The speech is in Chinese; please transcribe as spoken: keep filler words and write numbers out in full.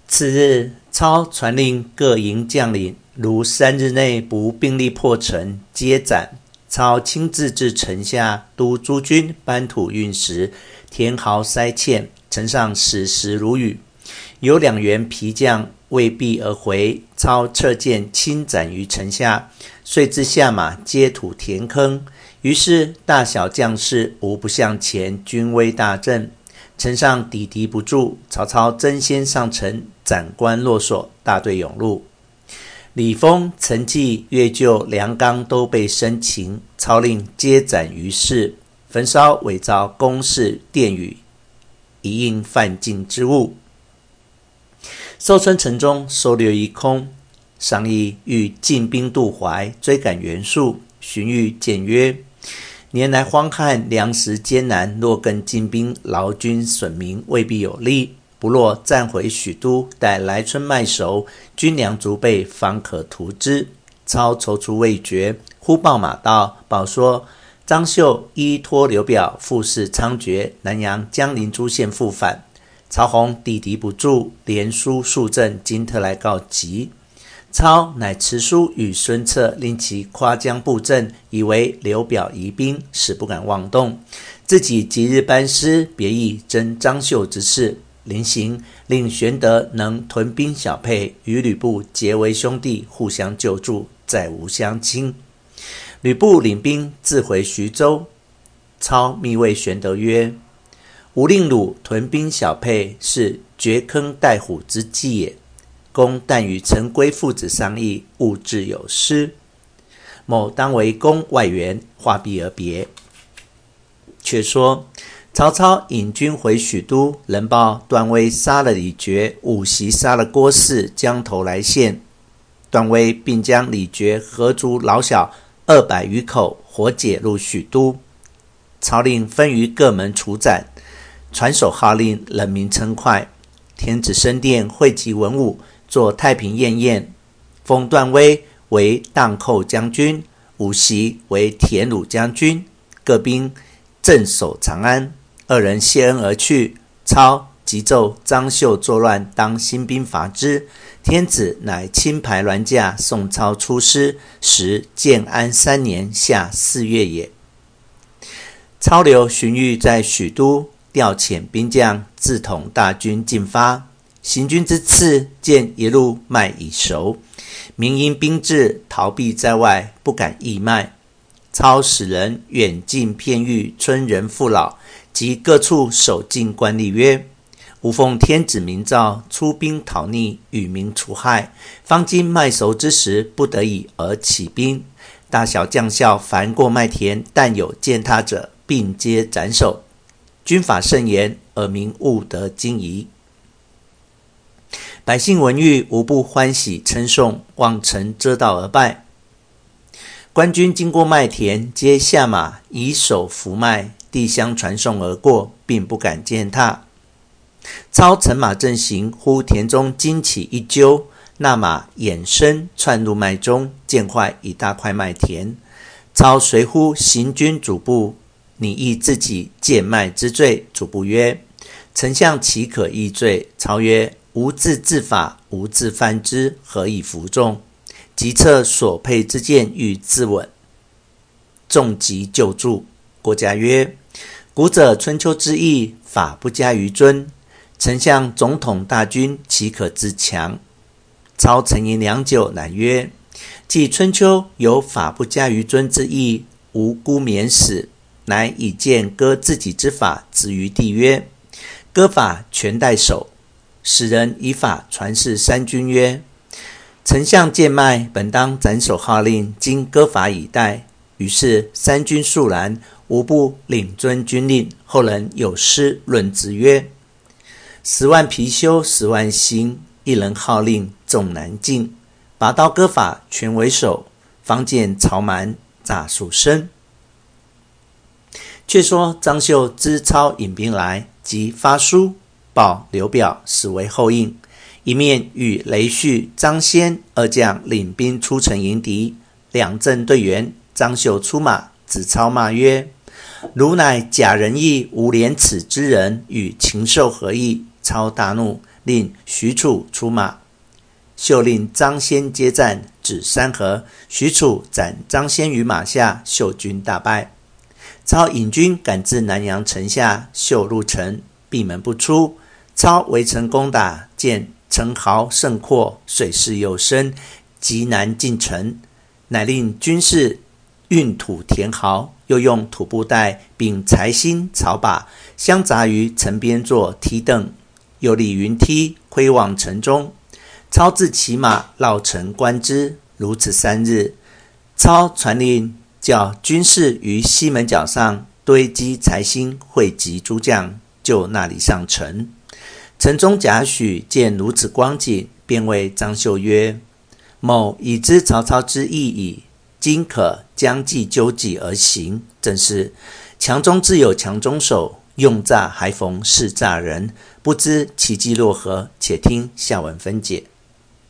次日，操传令各营将领，如三日内不并力破城，皆斩。操亲自至城下，督诸军搬土运石，填壕塞堑，城上矢石如雨。有两员皮将未避而回，操掣剑轻斩于城下，遂至下马接土填坑。于是大小将士无不向前，军威大振。城上抵敌不住，曹操争先上城，斩关落锁，大队涌入。李丰、陈纪、岳就、梁刚都被生擒，操令皆斩于市，焚烧伪造宫室殿宇，以应犯禁之物。寿春城中收留一空，商议欲进兵渡淮，追赶袁术。荀彧谏曰：年来荒旱，粮食艰难，若更进兵，劳军损民，未必有利。不若暂回许都，待来春麦熟，军粮足备，方可图之。操踌躇未决，忽报马到，报说张绣依托刘表，复事猖獗，南阳江陵诸县复反。曹洪抵敌不住，连书数镇，今特来告急。操乃持书与孙策，令其夸江布阵，以为刘表疑兵，使不敢妄动。自己即日班师，别意征张绣之事。临行，令玄德能屯兵小沛，与吕布结为兄弟，互相救助，再无相侵。吕布领兵自回徐州。操密谓玄德曰：吾令汝屯兵小沛，是掘坑待虎之计也。公但与陈规父子商议，勿致有失。某当为公外援，话毕而别。却说曹操引军回许都，人报段威杀了李傕，武袭杀了郭汜，将头来献。段威并将李傕合族老小二百余口活解入许都。操令分于各门处斩，传首号令，人民称快。天子升殿，汇集文武，作太平宴宴，封段威为荡寇将军，武袭为田鲁将军，各兵镇守长安。二人谢恩而去。操即奏张绣作乱，当兴兵伐之。天子乃亲排銮驾，送操出师，时建安三年夏四月也。操留荀彧在许都，调遣兵将，自统大军进发。行军之次，见一路麦已熟，民因兵至，逃避在外，不敢易麦。操使人远近遍谕村人父老及各处守禁官吏曰：吾奉天子明诏，出兵讨逆，与民除害。方今麦熟之时，不得已而起兵。大小将校凡过麦田，但有践踏者，并皆斩首。军法甚严，尔民务得惊疑。百姓闻谕，无不欢喜称颂，望臣遮道而拜。官军经过麦田，皆下马以手扶麦，递香传颂而过，并不敢践踏。操乘马正行，忽田中惊起一揪，那马掩身窜入麦中，溅坏一大块麦田。操随呼行军主簿：你亦自己贱麦之罪。主簿曰：丞相岂可议罪？操曰：吾自治法，吾自犯之，何以服众？即策所佩之剑，欲自刎。众即救助。郭嘉曰：古者春秋之义，法不加于尊。丞相总统大军，岂可自强？操沉吟良久，乃曰：既春秋有法不加于尊之意，无辜免死。乃以剑割自己之法，止于地曰：割法全代首。使人以法传示三军曰：丞相贱麦，本当斩首号令，今割法以待。于是三军肃然，无不领遵军令。后人有诗论之曰：十万貔貅十万星，一人号令众难尽。拔刀割法全为首，方见曹蛮诈数生。却说张绣知操引兵来，即发书报刘表，使为后应。一面与雷旭、张先二将领兵出城迎敌，两阵对圆。张绣出马，指操骂曰：汝乃假仁义、无廉耻之人，与禽兽何异？操大怒， 令许褚出马。秀令张先接战，至山河，许褚斩张先于马下，秀军大败。操引军赶至南阳城下，秀入城，闭门不出。操围城攻打，见城壕甚阔，水势又深，极难进城，乃令军士运土填壕，又用土布袋并柴薪草把相杂于城边作梯凳，又立云梯窥望城中。操自骑马绕城观之，如此三日。操传令叫军士于西门角上堆积柴薪，汇集诸将，就那里上城。城中贾诩见如此光景，便谓张绣曰：某已知曹操之意矣，今可将计就计而行，正是强中自有强中手，用诈还逢是诈人，不知其计若何，且听下文分解。